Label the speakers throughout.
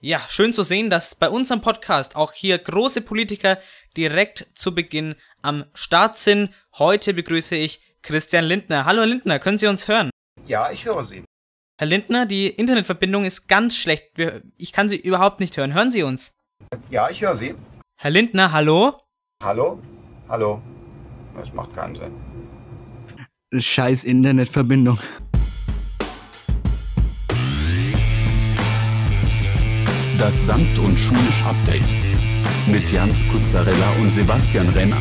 Speaker 1: Ja, schön zu sehen, dass bei unserem Podcast auch hier große Politiker direkt zu Beginn am Start sind. Heute begrüße ich Christian Lindner. Hallo Herr Lindner, können Sie uns hören?
Speaker 2: Ja, ich höre Sie.
Speaker 1: Herr Lindner, die Internetverbindung ist ganz schlecht. Ich kann Sie überhaupt nicht hören. Hören Sie uns?
Speaker 2: Ja, ich höre Sie.
Speaker 1: Herr Lindner, hallo?
Speaker 2: Hallo? Hallo? Das macht keinen Sinn.
Speaker 3: Scheiß Internetverbindung.
Speaker 4: Das sanft und schulisch Update mit Jans Kuzzarella und Sebastian Renner.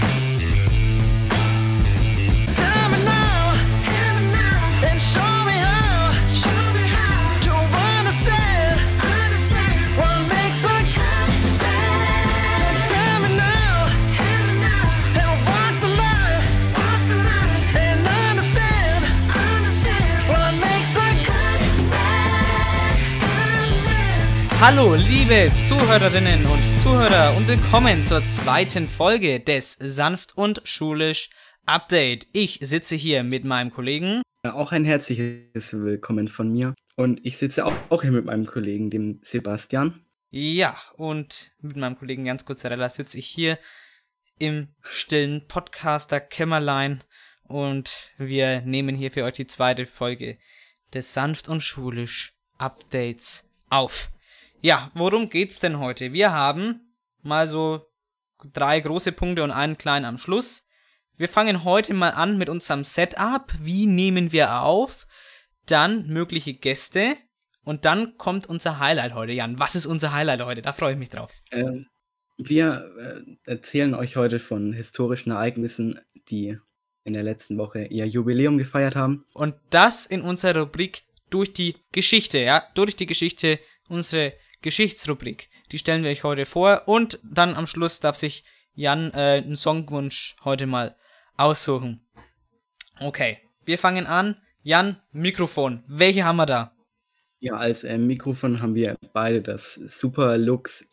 Speaker 1: Hallo, liebe Zuhörerinnen und Zuhörer und willkommen zur zweiten Folge des Sanft und Schulisch Update. Ich sitze hier mit meinem Kollegen.
Speaker 3: Auch ein herzliches Willkommen von mir. Und ich sitze auch hier mit meinem Kollegen, dem Sebastian.
Speaker 1: Ja, und mit meinem Kollegen Jans Kuzzarella sitze ich hier im stillen Podcaster-Kämmerlein und wir nehmen hier für euch die zweite Folge des Sanft und Schulisch Updates auf. Ja, worum geht's denn heute? Wir haben mal so 3 große Punkte und einen kleinen am Schluss. Wir fangen heute mal an mit unserem Setup. Wie nehmen wir auf? Dann mögliche Gäste. Und dann kommt unser Highlight heute. Jan, was ist unser Highlight heute? Da freue ich mich drauf.
Speaker 3: Wir erzählen euch heute von historischen Ereignissen, die in der letzten Woche ihr Jubiläum gefeiert haben.
Speaker 1: Und das in unserer Rubrik durch die Geschichte. Ja, durch die Geschichte, unsere Geschichtsrubrik. Die stellen wir euch heute vor und dann am Schluss darf sich Jan einen Songwunsch heute mal aussuchen. Okay, wir fangen an. Jan, Mikrofon. Welche haben wir da?
Speaker 3: Ja, als Mikrofon haben wir beide das Superlux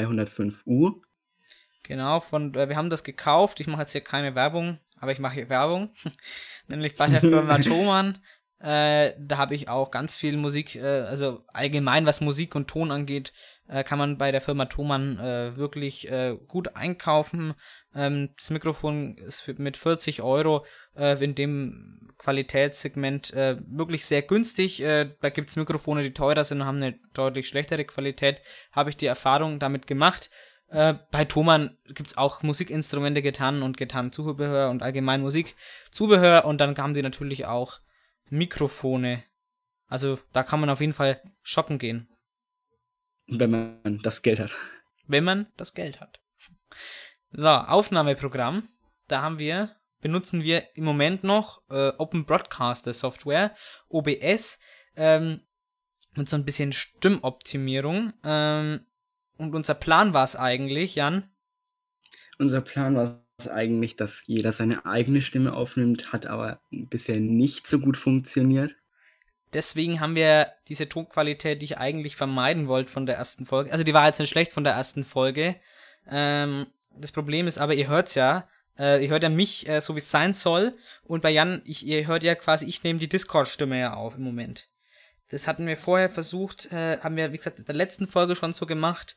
Speaker 3: E205U.
Speaker 1: Genau, wir haben das gekauft. Ich mache jetzt hier keine Werbung, aber ich mache hier Werbung. Nämlich bei der Firma Thomann. Da habe ich auch ganz viel Musik, also allgemein was Musik und Ton angeht, kann man bei der Firma Thomann wirklich gut einkaufen. Das Mikrofon ist mit 40 € in dem Qualitätssegment wirklich sehr günstig. Da gibt es Mikrofone, die teurer sind und haben eine deutlich schlechtere Qualität. Habe ich die Erfahrung damit gemacht. Bei Thomann gibt es auch Musikinstrumente, Gitarren und Gitarrenzubehör und allgemein Musikzubehör und dann haben die natürlich auch Mikrofone. Also da kann man auf jeden Fall shoppen gehen.
Speaker 3: Wenn man das Geld hat.
Speaker 1: Wenn man das Geld hat. So, Aufnahmeprogramm. Da benutzen wir im Moment noch Open Broadcaster Software, OBS, mit so ein bisschen Stimmoptimierung. Und unser Plan war es eigentlich, Jan?
Speaker 3: Unser Plan war eigentlich, dass jeder seine eigene Stimme aufnimmt, hat aber bisher nicht so gut funktioniert.
Speaker 1: Deswegen haben wir diese Tonqualität, die ich eigentlich vermeiden wollte von der ersten Folge. Also die war jetzt nicht schlecht von der ersten Folge. Das Problem ist aber, ihr hört's ja. Ihr hört ja mich, so wie es sein soll. Und bei Jan, ihr hört ja quasi, ich nehme die Discord-Stimme ja auf im Moment. Das hatten wir vorher versucht, haben wir, wie gesagt, in der letzten Folge schon so gemacht.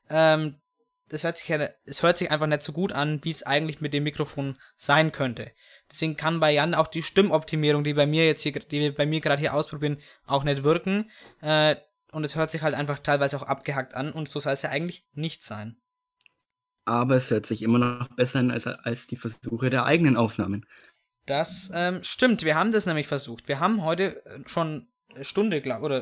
Speaker 1: Es hört sich einfach nicht so gut an, wie es eigentlich mit dem Mikrofon sein könnte. Deswegen kann bei Jan auch die Stimmoptimierung, die wir bei mir gerade hier ausprobieren, auch nicht wirken. Und es hört sich halt einfach teilweise auch abgehackt an und so soll es ja eigentlich nicht sein.
Speaker 3: Aber es hört sich immer noch besser an als die Versuche der eigenen Aufnahmen.
Speaker 1: Das stimmt, wir haben das nämlich versucht. Wir haben heute schon eine Stunde,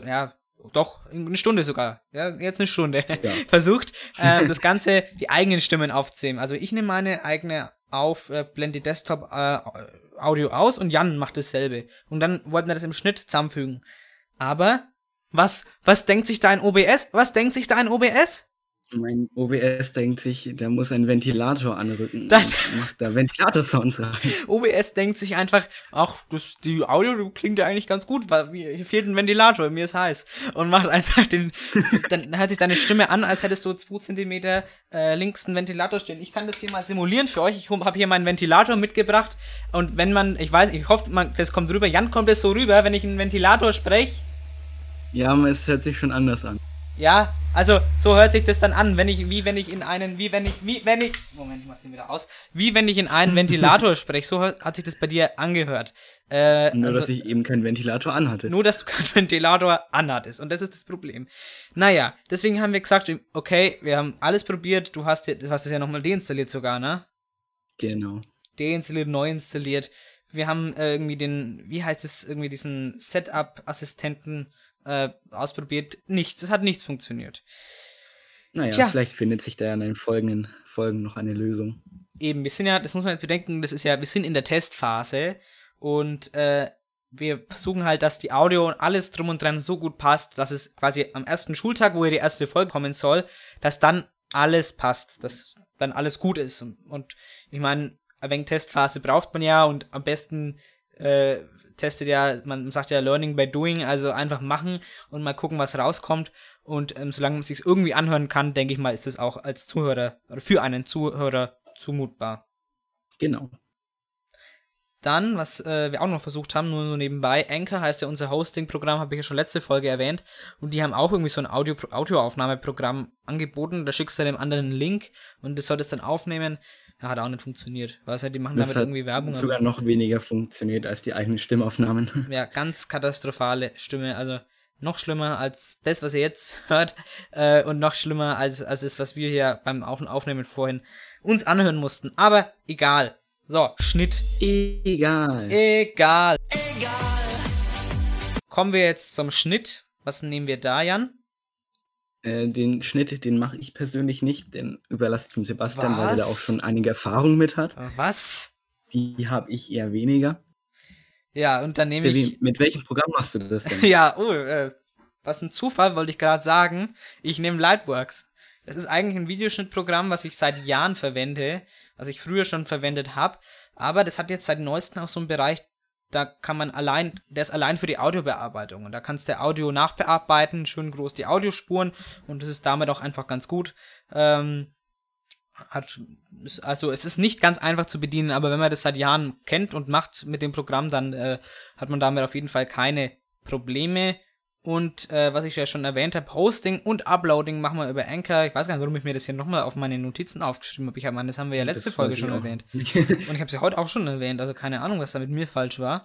Speaker 1: eine Stunde sogar, ja, jetzt eine Stunde, ja. Versucht, das Ganze, die eigenen Stimmen aufzunehmen. Also ich nehme meine eigene auf, blende die Desktop-Audio aus und Jan macht dasselbe. Und dann wollten wir das im Schnitt zusammenfügen. Aber, was denkt sich da ein OBS? Was denkt sich da ein OBS?
Speaker 3: Mein OBS denkt sich, der muss einen Ventilator anrücken. Und macht da Ventilator-Sounds rein.
Speaker 1: OBS denkt sich einfach, ach, die Audio klingt ja eigentlich ganz gut, weil hier fehlt ein Ventilator, mir ist heiß. Und macht einfach dann hört sich deine Stimme an, als hättest du 2 Zentimeter links einen Ventilator stehen. Ich kann das hier mal simulieren für euch. Ich habe hier meinen Ventilator mitgebracht. Und wenn man, ich hoffe, das kommt rüber. Jan, kommt das so rüber, wenn ich einen Ventilator spreche?
Speaker 3: Ja, aber es hört sich schon anders an.
Speaker 1: Ja, Also, so hört sich das dann an, Moment, ich mach den wieder aus. Wie wenn ich in einen Ventilator spreche, so hat sich das bei dir angehört.
Speaker 3: Nur, dass ich eben keinen Ventilator anhatte.
Speaker 1: Nur, dass du keinen Ventilator anhattest. Und das ist das Problem. Naja, deswegen haben wir gesagt, okay, wir haben alles probiert. Du hast es ja nochmal deinstalliert sogar, ne?
Speaker 3: Genau.
Speaker 1: Deinstalliert, neu installiert. Wir haben irgendwie diesen Setup-Assistenten ausprobiert. Nichts, es hat nichts funktioniert.
Speaker 3: Naja, vielleicht findet sich da ja in den folgenden Folgen noch eine Lösung.
Speaker 1: Eben, das muss man jetzt bedenken, wir sind in der Testphase und wir versuchen halt, dass die Audio und alles drum und dran so gut passt, dass es quasi am ersten Schultag, wo die erste Folge kommen soll, dass dann alles passt, dass dann alles gut ist. Und ich meine, ein wenig Testphase braucht man ja und am besten man sagt ja Learning by Doing, also einfach machen und mal gucken, was rauskommt. Und solange man es sich irgendwie anhören kann, denke ich mal, ist das auch als Zuhörer oder für einen Zuhörer zumutbar.
Speaker 3: Genau.
Speaker 1: Dann, was wir auch noch versucht haben, nur so nebenbei, Anchor heißt ja unser Hosting-Programm, habe ich ja schon letzte Folge erwähnt. Und die haben auch irgendwie so ein Audioaufnahmeprogramm angeboten. Da schickst du dem anderen einen Link und das soll das dann aufnehmen. Ja, hat auch nicht funktioniert. Weißt du, die machen damit irgendwie Werbung.
Speaker 3: Sogar noch weniger funktioniert als die eigenen Stimmaufnahmen.
Speaker 1: Ja, ganz katastrophale Stimme. Also noch schlimmer als das, was ihr jetzt hört. Und noch schlimmer als das, was wir hier beim Aufnehmen vorhin uns anhören mussten. Aber egal. So, Schnitt.
Speaker 3: Egal.
Speaker 1: Kommen wir jetzt zum Schnitt. Was nehmen wir da, Jan?
Speaker 3: Den Schnitt, den mache ich persönlich nicht, den überlasse ich dem Sebastian, weil er da auch schon einige Erfahrungen mit hat.
Speaker 1: Was?
Speaker 3: Die habe ich eher weniger.
Speaker 1: Ja, und dann nehme ich...
Speaker 3: Mit welchem Programm machst du das denn?
Speaker 1: Ja, was ein Zufall, wollte ich gerade sagen. Ich nehme Lightworks. Das ist eigentlich ein Videoschnittprogramm, was ich seit Jahren verwende, was ich früher schon verwendet habe, aber das hat jetzt seit neuestem auch so einen Bereich, da kann man der ist allein für die Audiobearbeitung und da kannst du Audio nachbearbeiten, schön groß die Audiospuren und das ist damit auch einfach ganz gut. Also es ist nicht ganz einfach zu bedienen, aber wenn man das seit Jahren kennt und macht mit dem Programm, dann hat man damit auf jeden Fall keine Probleme. Und was ich ja schon erwähnt habe, Hosting und Uploading machen wir über Anchor. Ich weiß gar nicht, warum ich mir das hier nochmal auf meine Notizen aufgeschrieben habe. Das haben wir ja letzte Folge schon erwähnt. Und ich habe es ja heute auch schon erwähnt, also keine Ahnung, was da mit mir falsch war.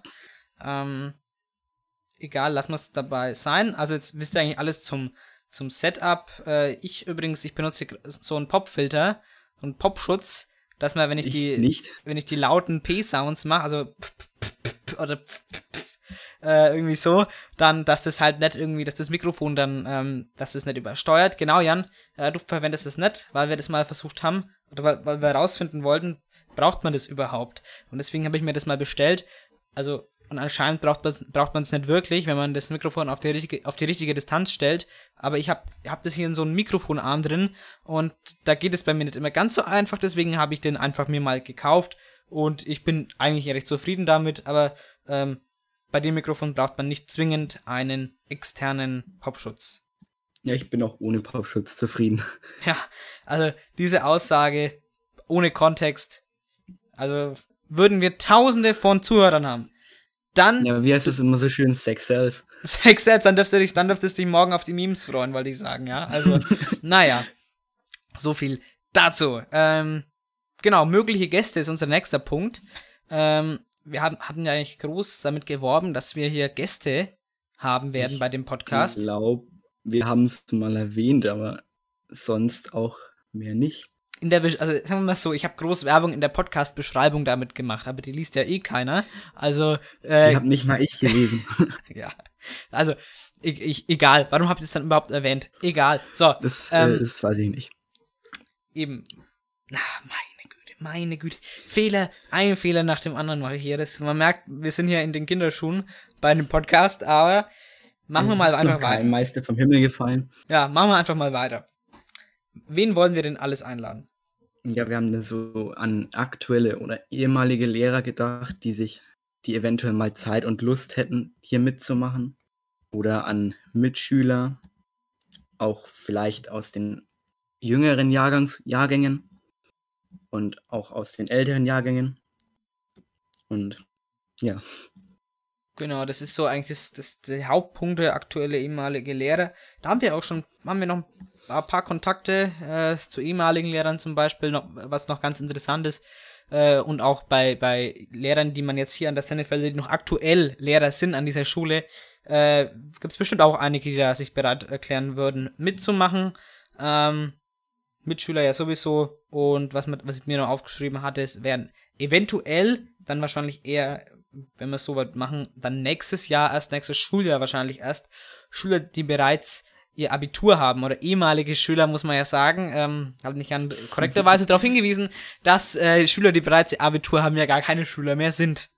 Speaker 1: Egal, lassen wir es dabei sein. Also jetzt wisst ihr eigentlich alles zum Setup. Ich benutze hier so einen Popfilter, so einen Popschutz, dass man, wenn ich die lauten P-Sounds mache, also oder irgendwie so, dann, dass das halt nicht irgendwie, dass das Mikrofon dann, dass das nicht übersteuert. Genau, Jan, du verwendest es nicht, weil wir das mal versucht haben, oder weil wir herausfinden wollten, braucht man das überhaupt? Und deswegen habe ich mir das mal bestellt. Also, und anscheinend braucht man es nicht wirklich, wenn man das Mikrofon auf die richtige Distanz stellt. Aber ich hab das hier in so einem Mikrofonarm drin und da geht es bei mir nicht immer ganz so einfach, deswegen habe ich den einfach mir mal gekauft und ich bin eigentlich recht zufrieden damit, aber bei dem Mikrofon braucht man nicht zwingend einen externen Popschutz.
Speaker 3: Ja, ich bin auch ohne Popschutz zufrieden.
Speaker 1: Ja, also diese Aussage ohne Kontext, also würden wir Tausende von Zuhörern haben, dann...
Speaker 3: Ja, wie heißt es immer so schön? Sex Sells.
Speaker 1: Sex Sells, dann dürftest du dich morgen auf die Memes freuen, wollte ich sagen, ja. Also, naja, so viel dazu. Genau, mögliche Gäste ist unser nächster Punkt. Wir hatten ja eigentlich groß damit geworben, dass wir hier Gäste haben werden bei dem Podcast.
Speaker 3: Ich glaube, wir haben es mal erwähnt, aber sonst auch mehr nicht.
Speaker 1: Also sagen wir mal so, ich habe groß Werbung in der Podcast-Beschreibung damit gemacht, aber die liest ja eh keiner. Also
Speaker 3: die habe nicht mal ich gelesen.
Speaker 1: Ja, also egal. Warum habt ihr es dann überhaupt erwähnt? Egal. So,
Speaker 3: das weiß ich nicht.
Speaker 1: Eben. Meine Güte. Ein Fehler nach dem anderen mache ich hier. Man merkt, wir sind hier in den Kinderschuhen bei einem Podcast, aber machen wir mal einfach weiter.
Speaker 3: Kein Meister vom Himmel gefallen.
Speaker 1: Ja, machen wir einfach mal weiter. Wen wollen wir denn alles einladen?
Speaker 3: Ja, wir haben dann so an aktuelle oder ehemalige Lehrer gedacht, die eventuell mal Zeit und Lust hätten, hier mitzumachen. Oder an Mitschüler, auch vielleicht aus den jüngeren Jahrgängen. Und auch aus den älteren Jahrgängen. Und ja.
Speaker 1: Genau, das ist so eigentlich die Hauptpunkte, aktuelle ehemalige Lehrer. Da haben wir noch ein paar Kontakte zu ehemaligen Lehrern zum Beispiel, was noch ganz interessant ist. Und auch bei Lehrern, die man jetzt hier an der Sennefelde, die noch aktuell Lehrer sind an dieser Schule, gibt es bestimmt auch einige, die da sich bereit erklären würden, mitzumachen. Mitschüler ja sowieso. Und was ich mir noch aufgeschrieben hatte, es wären eventuell dann wahrscheinlich eher, wenn wir es so weit machen, dann nächstes Schuljahr wahrscheinlich erst, Schüler, die bereits ihr Abitur haben oder ehemalige Schüler, muss man ja sagen, habe mich korrekterweise darauf hingewiesen, dass Schüler, die bereits ihr Abitur haben, ja gar keine Schüler mehr sind.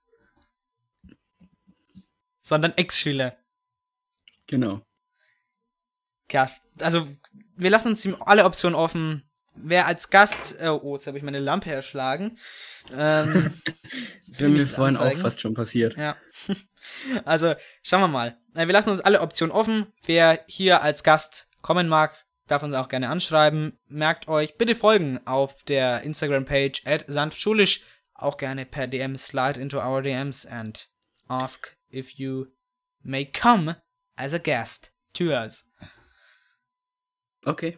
Speaker 1: Sondern Ex-Schüler.
Speaker 3: Genau.
Speaker 1: Ja, also wir lassen uns alle Optionen offen. Wer als Gast, jetzt habe ich meine Lampe erschlagen.
Speaker 3: Das ist mir vorhin auch fast schon passiert.
Speaker 1: Ja. Also, schauen wir mal. Wir lassen uns alle Optionen offen. Wer hier als Gast kommen mag, darf uns auch gerne anschreiben. Merkt euch, bitte folgen auf der Instagram-Page @sanftschulisch. Auch gerne per DM slide into our DMs and ask if you may come as a guest to us.
Speaker 3: Okay.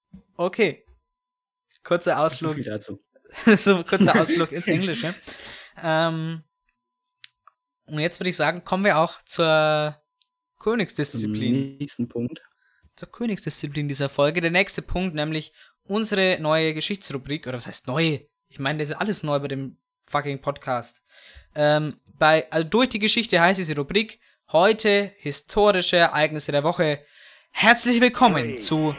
Speaker 1: Kurzer Ausflug.
Speaker 3: So viel dazu.
Speaker 1: So kurzer Ausflug ins Englische. Und jetzt würde ich sagen, kommen wir auch zur Königsdisziplin.
Speaker 3: Zum nächsten Punkt.
Speaker 1: Zur Königsdisziplin dieser Folge. Der nächste Punkt, nämlich unsere neue Geschichtsrubrik. Oder was heißt neue? Ich meine, das ist alles neu bei dem fucking Podcast. Durch die Geschichte heißt diese Rubrik heute historische Ereignisse der Woche. Herzlich willkommen zu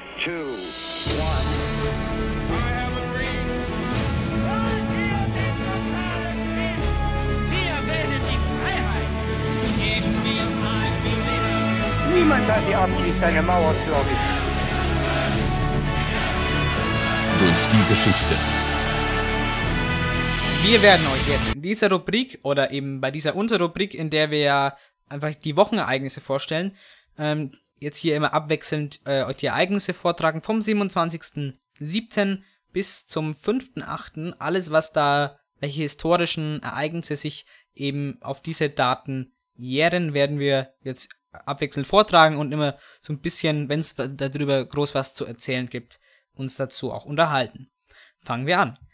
Speaker 5: Niemand hat die Absicht, eine Mauer zu errichten.
Speaker 4: Durch die Geschichte.
Speaker 1: Wir werden euch jetzt in dieser Rubrik oder eben bei dieser Unterrubrik, in der wir ja einfach die Wochenereignisse vorstellen, jetzt hier immer abwechselnd euch die Ereignisse vortragen vom 27.07. bis zum 5.08. Alles, welche historischen Ereignisse sich eben auf diese Daten jähren, werden wir jetzt abwechselnd vortragen und immer so ein bisschen, wenn es darüber groß was zu erzählen gibt, uns dazu auch unterhalten. Fangen wir an.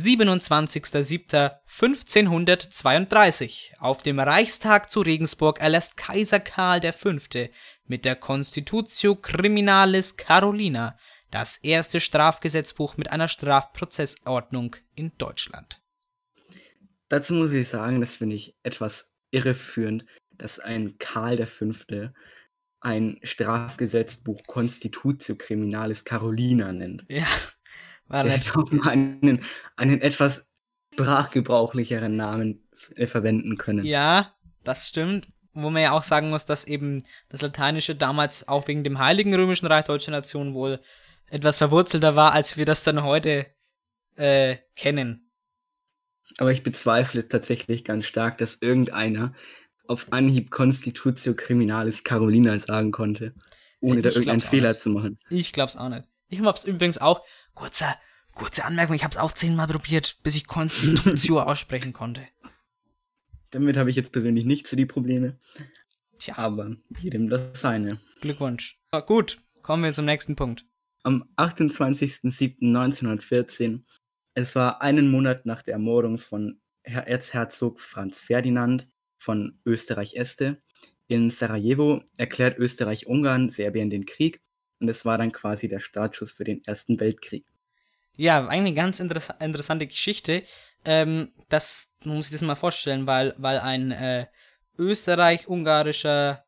Speaker 1: 27.07.1532. Auf dem Reichstag zu Regensburg erlässt Kaiser Karl V. mit der Constitutio Criminalis Carolina das erste Strafgesetzbuch mit einer Strafprozessordnung in Deutschland.
Speaker 3: Dazu muss ich sagen, das finde ich etwas irreführend, dass ein Karl V. ein Strafgesetzbuch Constitutio Criminalis Carolina nennt.
Speaker 1: Ja,
Speaker 3: Er hätte auch mal einen etwas sprachgebrauchlicheren Namen verwenden können.
Speaker 1: Ja, das stimmt. Wo man ja auch sagen muss, dass eben das Lateinische damals auch wegen dem Heiligen Römischen Reich Deutsche Nation wohl etwas verwurzelter war, als wir das dann heute kennen.
Speaker 3: Aber ich bezweifle tatsächlich ganz stark, dass irgendeiner auf Anhieb Constitutio Criminalis Carolina sagen konnte, ohne da irgendeinen Fehler zu machen.
Speaker 1: Ich glaub's auch nicht. Ich hab's übrigens auch, kurze Anmerkung, ich hab's auch 10-mal probiert, bis ich Constitutio aussprechen konnte.
Speaker 3: Damit habe ich jetzt persönlich nicht so die Probleme.
Speaker 1: Tja.
Speaker 3: Aber jedem das seine.
Speaker 1: Glückwunsch. Gut, kommen wir zum nächsten Punkt.
Speaker 3: Am 28.07.1914, es war einen Monat nach der Ermordung von Erzherzog Franz Ferdinand von Österreich-Este, in Sarajevo erklärt Österreich-Ungarn Serbien den Krieg und es war dann quasi der Startschuss für den Ersten Weltkrieg.
Speaker 1: Ja, eigentlich eine ganz interessante Geschichte. Man muss sich das mal vorstellen, weil ein österreich-ungarischer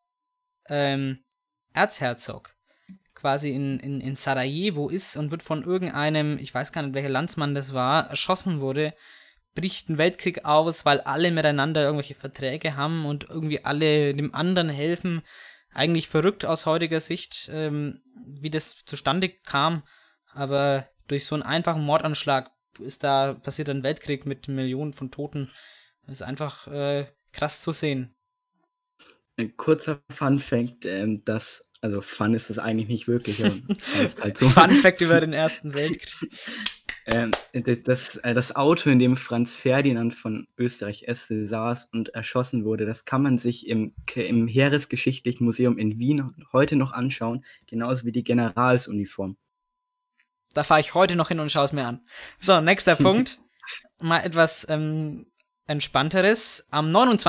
Speaker 1: Erzherzog quasi in Sarajevo ist und wird von irgendeinem, ich weiß gar nicht, welcher Landsmann das war, erschossen wurde, bricht ein Weltkrieg aus, weil alle miteinander irgendwelche Verträge haben und irgendwie alle dem anderen helfen. Eigentlich verrückt aus heutiger Sicht, wie das zustande kam, aber durch so einen einfachen Mordanschlag passiert ein Weltkrieg mit Millionen von Toten. Das ist einfach krass zu sehen.
Speaker 3: Ein kurzer Fun-Fact, also Fun ist das eigentlich nicht wirklich. Aber ist halt so.
Speaker 1: Fun-Fact über den Ersten Weltkrieg.
Speaker 3: Das Auto, in dem Franz Ferdinand von Österreich-Este saß und erschossen wurde, das kann man sich im Heeresgeschichtlichen Museum in Wien heute noch anschauen, genauso wie die Generalsuniform.
Speaker 1: Da fahre ich heute noch hin und schaue es mir an. So, nächster Punkt. Mal etwas entspannteres. Am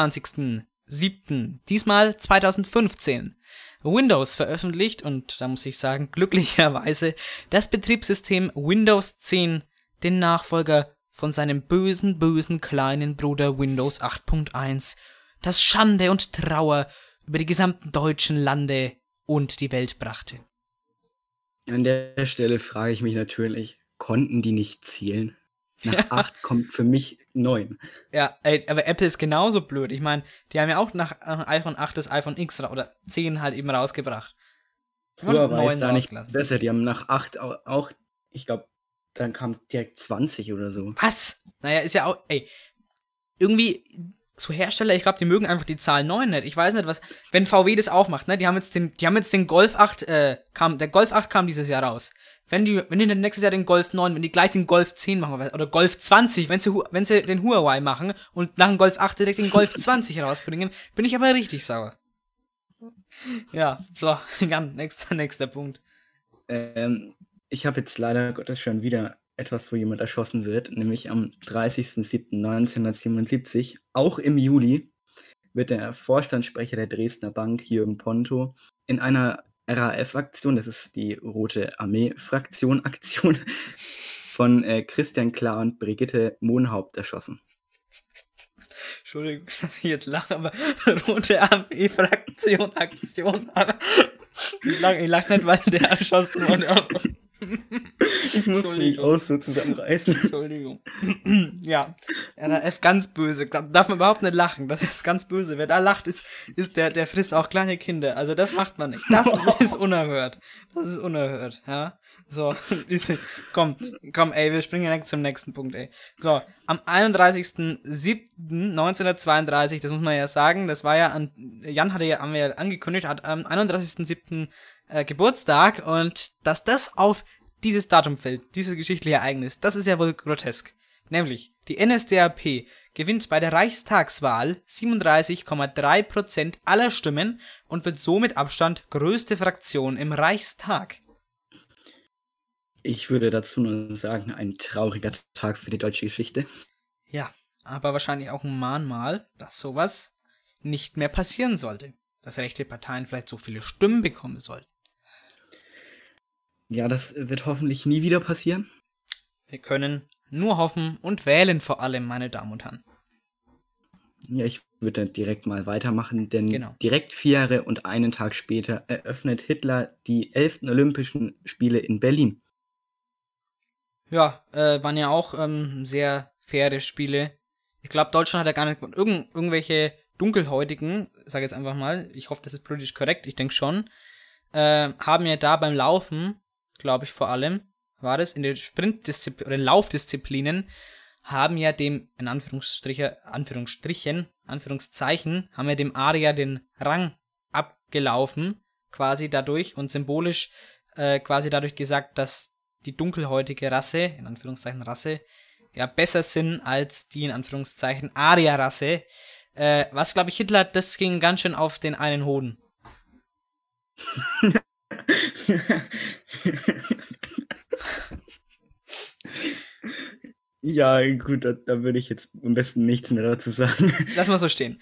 Speaker 1: 29.07., diesmal 2015, Windows veröffentlicht, und da muss ich sagen, glücklicherweise, das Betriebssystem Windows 10, den Nachfolger von seinem bösen, bösen kleinen Bruder Windows 8.1, das Schande und Trauer über die gesamten deutschen Lande und die Welt brachte.
Speaker 3: An der Stelle frage ich mich natürlich, konnten die nicht zählen? Nach 8 kommt für mich 9.
Speaker 1: Ja, ey, aber Apple ist genauso blöd. Ich meine, die haben ja auch nach iPhone 8 das iPhone X oder 10 halt eben rausgebracht.
Speaker 3: Früher war es da nicht besser. Die haben nach 8 auch, ich glaube, dann kam direkt 20 oder so.
Speaker 1: Was? Naja, ist ja auch, ey, irgendwie so Hersteller, ich glaube, die mögen einfach die Zahl 9 nicht. Ich weiß nicht, was, wenn VW das auch macht, ne, die haben jetzt den Golf 8, der Golf 8 kam dieses Jahr raus. Wenn die dann nächstes Jahr den Golf 9, wenn die gleich den Golf 10 machen, oder Golf 20, wenn sie den Huawei machen und nach dem Golf 8 direkt den Golf 20 rausbringen, bin ich aber richtig sauer. Ja, so, ganz nächster Punkt.
Speaker 3: Ich habe jetzt leider Gottes schon wieder etwas, wo jemand erschossen wird, nämlich am 30.07.1977, auch im Juli, wird der Vorstandssprecher der Dresdner Bank, Jürgen Ponto, in einer RAF-Aktion, das ist die Rote Armee-Fraktion-Aktion, von Christian Klar und Brigitte Mohnhaupt erschossen.
Speaker 1: Entschuldigung, dass ich jetzt lache, aber Rote Armee-Fraktion-Aktion. Ich lach nicht, weil der erschossen wurde.
Speaker 3: Ich muss mich auch so zusammenreißen.
Speaker 1: Entschuldigung. Ja, RAF ganz böse. Darf man überhaupt nicht lachen. Das ist ganz böse. Wer da lacht, ist der frisst auch kleine Kinder. Also das macht man nicht. Das ist unerhört. Das ist unerhört. Ja. So. Komm, ey, wir springen direkt zum nächsten Punkt, ey. So. Am 31.07.1932, das muss man ja sagen, das war ja Jan haben wir ja angekündigt, hat am 31.07. Geburtstag, und dass das auf dieses Datum fällt, dieses geschichtliche Ereignis, das ist ja wohl grotesk. Nämlich, die NSDAP gewinnt bei der Reichstagswahl 37,3% aller Stimmen und wird so mit Abstand größte Fraktion im Reichstag.
Speaker 3: Ich würde dazu nur sagen, ein trauriger Tag für die deutsche Geschichte.
Speaker 1: Ja, aber wahrscheinlich auch ein Mahnmal, dass sowas nicht mehr passieren sollte. Dass rechte Parteien vielleicht so viele Stimmen bekommen sollten.
Speaker 3: Ja, das wird hoffentlich nie wieder passieren.
Speaker 1: Wir können nur hoffen und wählen vor allem, meine Damen und Herren.
Speaker 3: Ja, ich würde direkt mal weitermachen, denn
Speaker 1: Genau.
Speaker 3: direkt 4 Jahre und einen Tag später eröffnet Hitler die 11. Olympischen Spiele in Berlin.
Speaker 1: Ja, waren ja auch sehr faire Spiele. Ich glaube, Deutschland hat ja gar nicht irgendwelche Dunkelhäutigen, sage jetzt einfach mal, ich hoffe, das ist politisch korrekt, ich denke schon, haben ja da beim Laufen, glaube ich vor allem, war das, in den Sprintdisziplinen oder Laufdisziplinen, haben ja dem, in Anführungszeichen, haben ja dem Arier den Rang abgelaufen, quasi dadurch, und symbolisch quasi dadurch gesagt, dass die dunkelhäutige Rasse, in Anführungszeichen Rasse, ja besser sind als die, in Anführungszeichen, Arierrasse. Was, glaube ich, Hitler, das ging ganz schön auf den einen Hoden.
Speaker 3: Ja, gut, da würde ich jetzt am besten nichts mehr dazu sagen.
Speaker 1: Lass mal so stehen.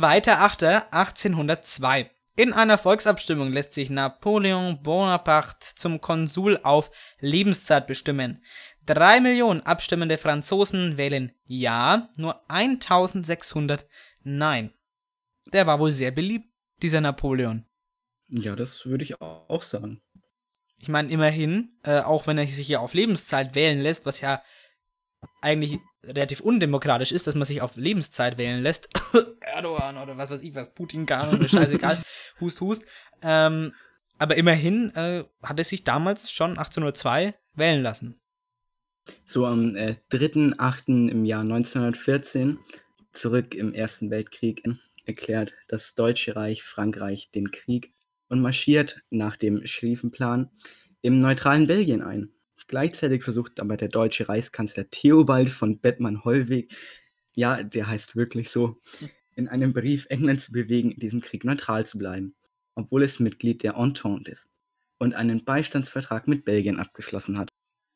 Speaker 1: 2.8.1802. In einer Volksabstimmung lässt sich Napoleon Bonaparte zum Konsul auf Lebenszeit bestimmen. 3 Millionen abstimmende Franzosen wählen Ja, nur 1600 Nein. Der war wohl sehr beliebt, dieser Napoleon.
Speaker 3: Ja, das würde ich auch sagen.
Speaker 1: Ich meine, immerhin, auch wenn er sich hier auf Lebenszeit wählen lässt, was ja eigentlich relativ undemokratisch ist, dass man sich auf Lebenszeit wählen lässt. Erdogan oder was weiß ich was, Putin, gar nicht, scheißegal. Hust. Aber immerhin hat er sich damals schon 1802 wählen lassen.
Speaker 3: So am 3.8. im Jahr 1914, zurück im Ersten Weltkrieg, erklärt das Deutsche Reich Frankreich den Krieg und marschiert nach dem Schlieffenplan im neutralen Belgien ein. Gleichzeitig versucht aber der deutsche Reichskanzler Theobald von Bethmann-Hollweg, ja, der heißt wirklich so, in einem Brief England zu bewegen, in diesem Krieg neutral zu bleiben, obwohl es Mitglied der Entente ist und einen Beistandsvertrag mit Belgien abgeschlossen hat.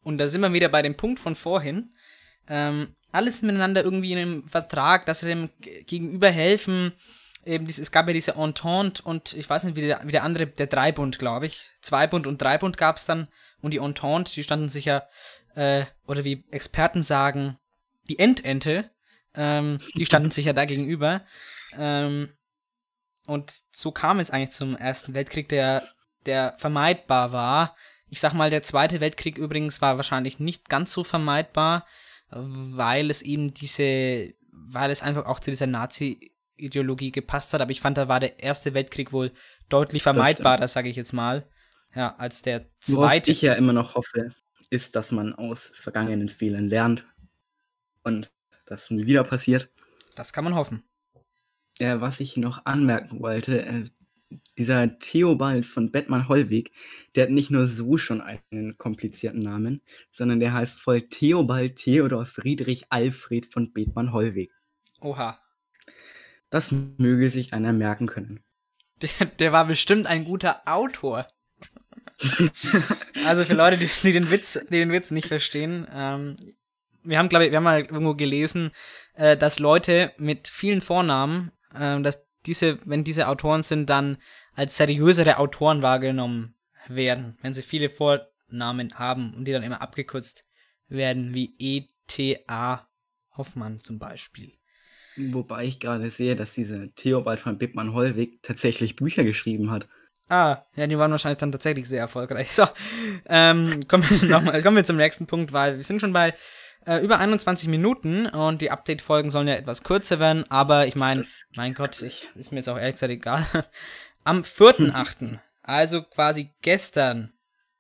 Speaker 1: Und da sind wir wieder bei dem Punkt von vorhin. Alles miteinander irgendwie in einem Vertrag, dass sie dem Gegenüber helfen. Eben es gab ja diese Entente und ich weiß nicht, wie der andere, der Dreibund, glaube ich. Zweibund und Dreibund gab es dann. Und die Entente, die standen sich ja, oder wie Experten sagen, die Endente, die standen sich ja da gegenüber. Und so kam es eigentlich zum Ersten Weltkrieg, der vermeidbar war. Ich sag mal, der Zweite Weltkrieg übrigens war wahrscheinlich nicht ganz so vermeidbar, weil es einfach auch zu dieser Nazi-Ideologie gepasst hat. Aber ich fand, da war der Erste Weltkrieg wohl deutlich vermeidbarer, sage ich jetzt mal, ja, als der Zweite.
Speaker 3: Worauf ich ja immer noch hoffe, ist, dass man aus vergangenen Fehlern lernt und das nie wieder passiert.
Speaker 1: Das kann man hoffen.
Speaker 3: Was ich noch anmerken wollte, dieser Theobald von Bettmann-Hollweg, der hat nicht nur so schon einen komplizierten Namen, sondern der heißt voll Theobald Theodor Friedrich Alfred von Bettmann-Hollweg.
Speaker 1: Oha.
Speaker 3: Das möge sich einer merken können.
Speaker 1: Der war bestimmt ein guter Autor. Also für Leute, die den Witz nicht verstehen, wir haben mal irgendwo gelesen, dass Leute mit vielen Vornamen, dass wenn diese Autoren sind, dann als seriösere Autoren wahrgenommen werden, wenn sie viele Vornamen haben und die dann immer abgekürzt werden, wie E.T.A. Hoffmann zum Beispiel.
Speaker 3: Wobei ich gerade sehe, dass dieser Theobald von Bettmann-Hollweg tatsächlich Bücher geschrieben hat.
Speaker 1: Ah, ja, die waren wahrscheinlich dann tatsächlich sehr erfolgreich. So, kommen wir zum nächsten Punkt, weil wir sind schon bei über 21 Minuten und die Update-Folgen sollen ja etwas kürzer werden, aber ich meine, mein Gott, ist mir jetzt auch ehrlich gesagt egal. Am 4.8., also quasi gestern,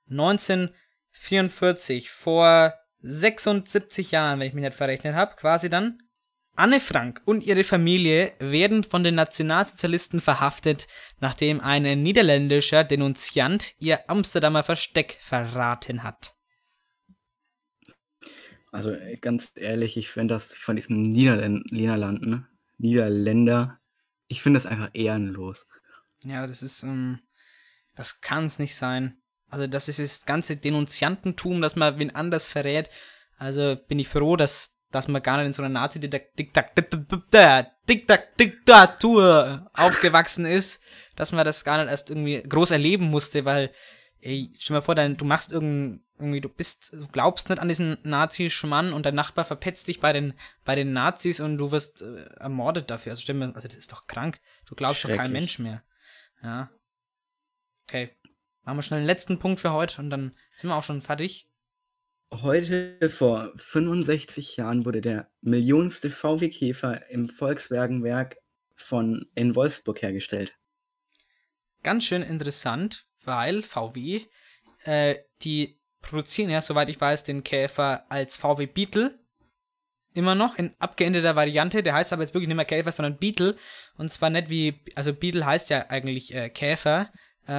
Speaker 1: 1944, vor 76 Jahren, wenn ich mich nicht verrechnet habe, quasi dann, Anne Frank und ihre Familie werden von den Nationalsozialisten verhaftet, nachdem ein niederländischer Denunziant ihr Amsterdamer Versteck verraten hat.
Speaker 3: Also ganz ehrlich, ich finde das von diesem Niederländer, ich finde das einfach ehrenlos.
Speaker 1: Ja, das kann es nicht sein. Also das ist das ganze Denunziantentum, dass man wen anders verrät. Also bin ich froh, dass man gar nicht in so einer Nazi-Diktatur aufgewachsen ist, dass man das gar nicht erst irgendwie groß erleben musste, weil, ey, stell dir mal vor, du machst du glaubst nicht an diesen Nazi-Schmann und dein Nachbar verpetzt dich bei den Nazis und du wirst ermordet dafür. Also das ist doch krank. Du glaubst doch kein Mensch mehr. Ja. Okay. Machen wir schnell den letzten Punkt für heute und dann sind wir auch schon fertig.
Speaker 3: Heute vor 65 Jahren wurde der millionste VW Käfer im Volkswagenwerk in Wolfsburg hergestellt.
Speaker 1: Ganz schön interessant, weil VW, die produzieren ja, soweit ich weiß, den Käfer als VW Beetle. Immer noch in abgeänderter Variante. Der heißt aber jetzt wirklich nicht mehr Käfer, sondern Beetle. Und zwar nicht also Beetle heißt ja eigentlich Käfer.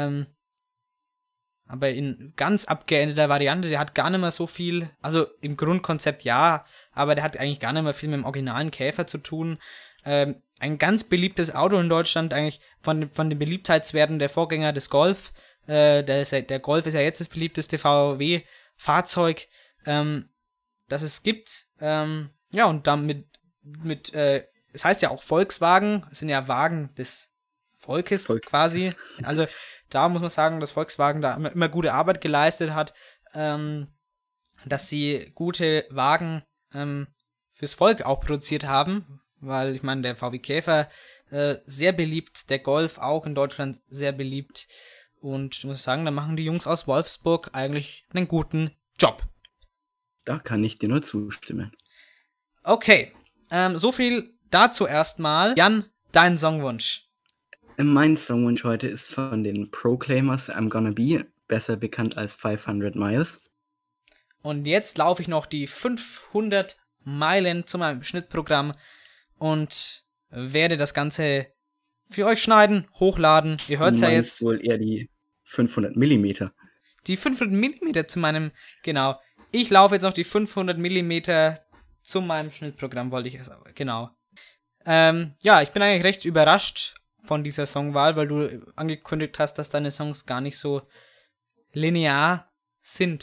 Speaker 1: Aber in ganz abgeänderter Variante, der hat gar nicht mehr so viel, also im Grundkonzept ja, aber der hat eigentlich gar nicht mehr viel mit dem originalen Käfer zu tun. Ein ganz beliebtes Auto in Deutschland, eigentlich von den Beliebtheitswerten der Vorgänger des Golf. Der Golf ist ja jetzt das beliebteste VW-Fahrzeug, das es gibt. Ja, und damit es heißt ja auch Volkswagen, es sind ja Wagen des Volkes quasi. Also da muss man sagen, dass Volkswagen da immer gute Arbeit geleistet hat, dass sie gute Wagen fürs Volk auch produziert haben, weil ich meine, der VW Käfer sehr beliebt, der Golf auch in Deutschland sehr beliebt und ich muss sagen, da machen die Jungs aus Wolfsburg eigentlich einen guten Job.
Speaker 3: Da kann ich dir nur zustimmen.
Speaker 1: Okay, so viel dazu erstmal. Jan, dein Songwunsch.
Speaker 3: Mein Songwunsch heute ist von den Proclaimers, I'm Gonna Be, besser bekannt als 500 Miles.
Speaker 1: Und jetzt laufe ich noch die 500 Meilen zu meinem Schnittprogramm und werde das Ganze für euch schneiden, hochladen. Ihr hört es ja jetzt.
Speaker 3: Wohl eher die 500 Millimeter.
Speaker 1: Die 500 Millimeter zu meinem, genau. Ich laufe jetzt noch die 500 Millimeter zu meinem Schnittprogramm, wollte ich sagen, genau. Ja, ich bin eigentlich recht überrascht von dieser Songwahl, weil du angekündigt hast, dass deine Songs gar nicht so linear sind.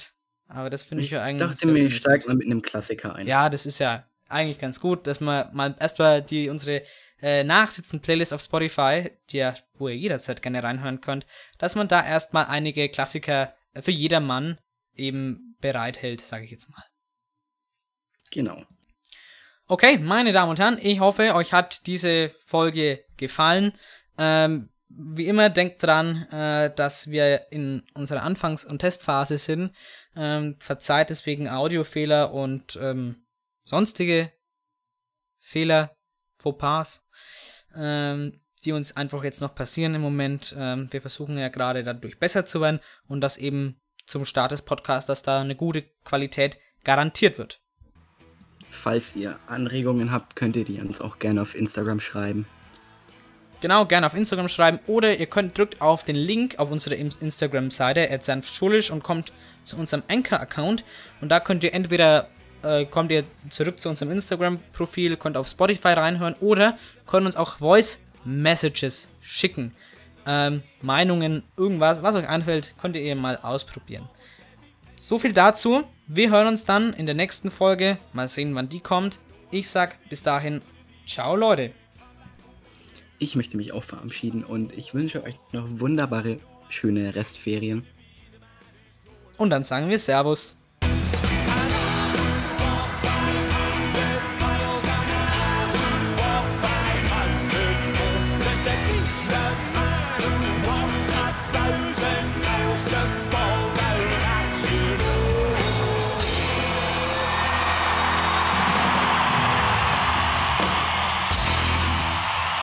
Speaker 1: Aber das finde ich ja eigentlich.
Speaker 3: Ich dachte mir, ich steige mal mit einem Klassiker ein.
Speaker 1: Ja, das ist ja eigentlich ganz gut, dass man mal erstmal unsere Nachsitzen-Playlist auf Spotify, wo ihr jederzeit gerne reinhören könnt, dass man da erstmal einige Klassiker für jedermann eben bereithält, sage ich jetzt mal.
Speaker 3: Genau.
Speaker 1: Okay, meine Damen und Herren, ich hoffe, euch hat diese Folge gefallen. Wie immer, denkt dran, dass wir in unserer Anfangs- und Testphase sind. Verzeiht deswegen Audiofehler und sonstige Fehler, Fauxpas, die uns einfach jetzt noch passieren im Moment. Wir versuchen ja gerade dadurch besser zu werden und dass eben zum Start des Podcasts, dass da eine gute Qualität garantiert wird.
Speaker 3: Falls ihr Anregungen habt, könnt ihr die uns auch gerne auf Instagram schreiben.
Speaker 1: Genau, gerne auf Instagram schreiben oder ihr drückt auf den Link auf unsere Instagram-Seite @sanftschulisch und kommt zu unserem Anchor-Account und da könnt ihr entweder kommt ihr zurück zu unserem Instagram-Profil, könnt auf Spotify reinhören oder könnt uns auch Voice-Messages schicken. Meinungen, irgendwas, was euch einfällt, könnt ihr mal ausprobieren. So viel dazu. Wir hören uns dann in der nächsten Folge. Mal sehen, wann die kommt. Ich sag bis dahin, ciao Leute.
Speaker 3: Ich möchte mich auch verabschieden und ich wünsche euch noch wunderbare, schöne Restferien.
Speaker 1: Und dann sagen wir Servus.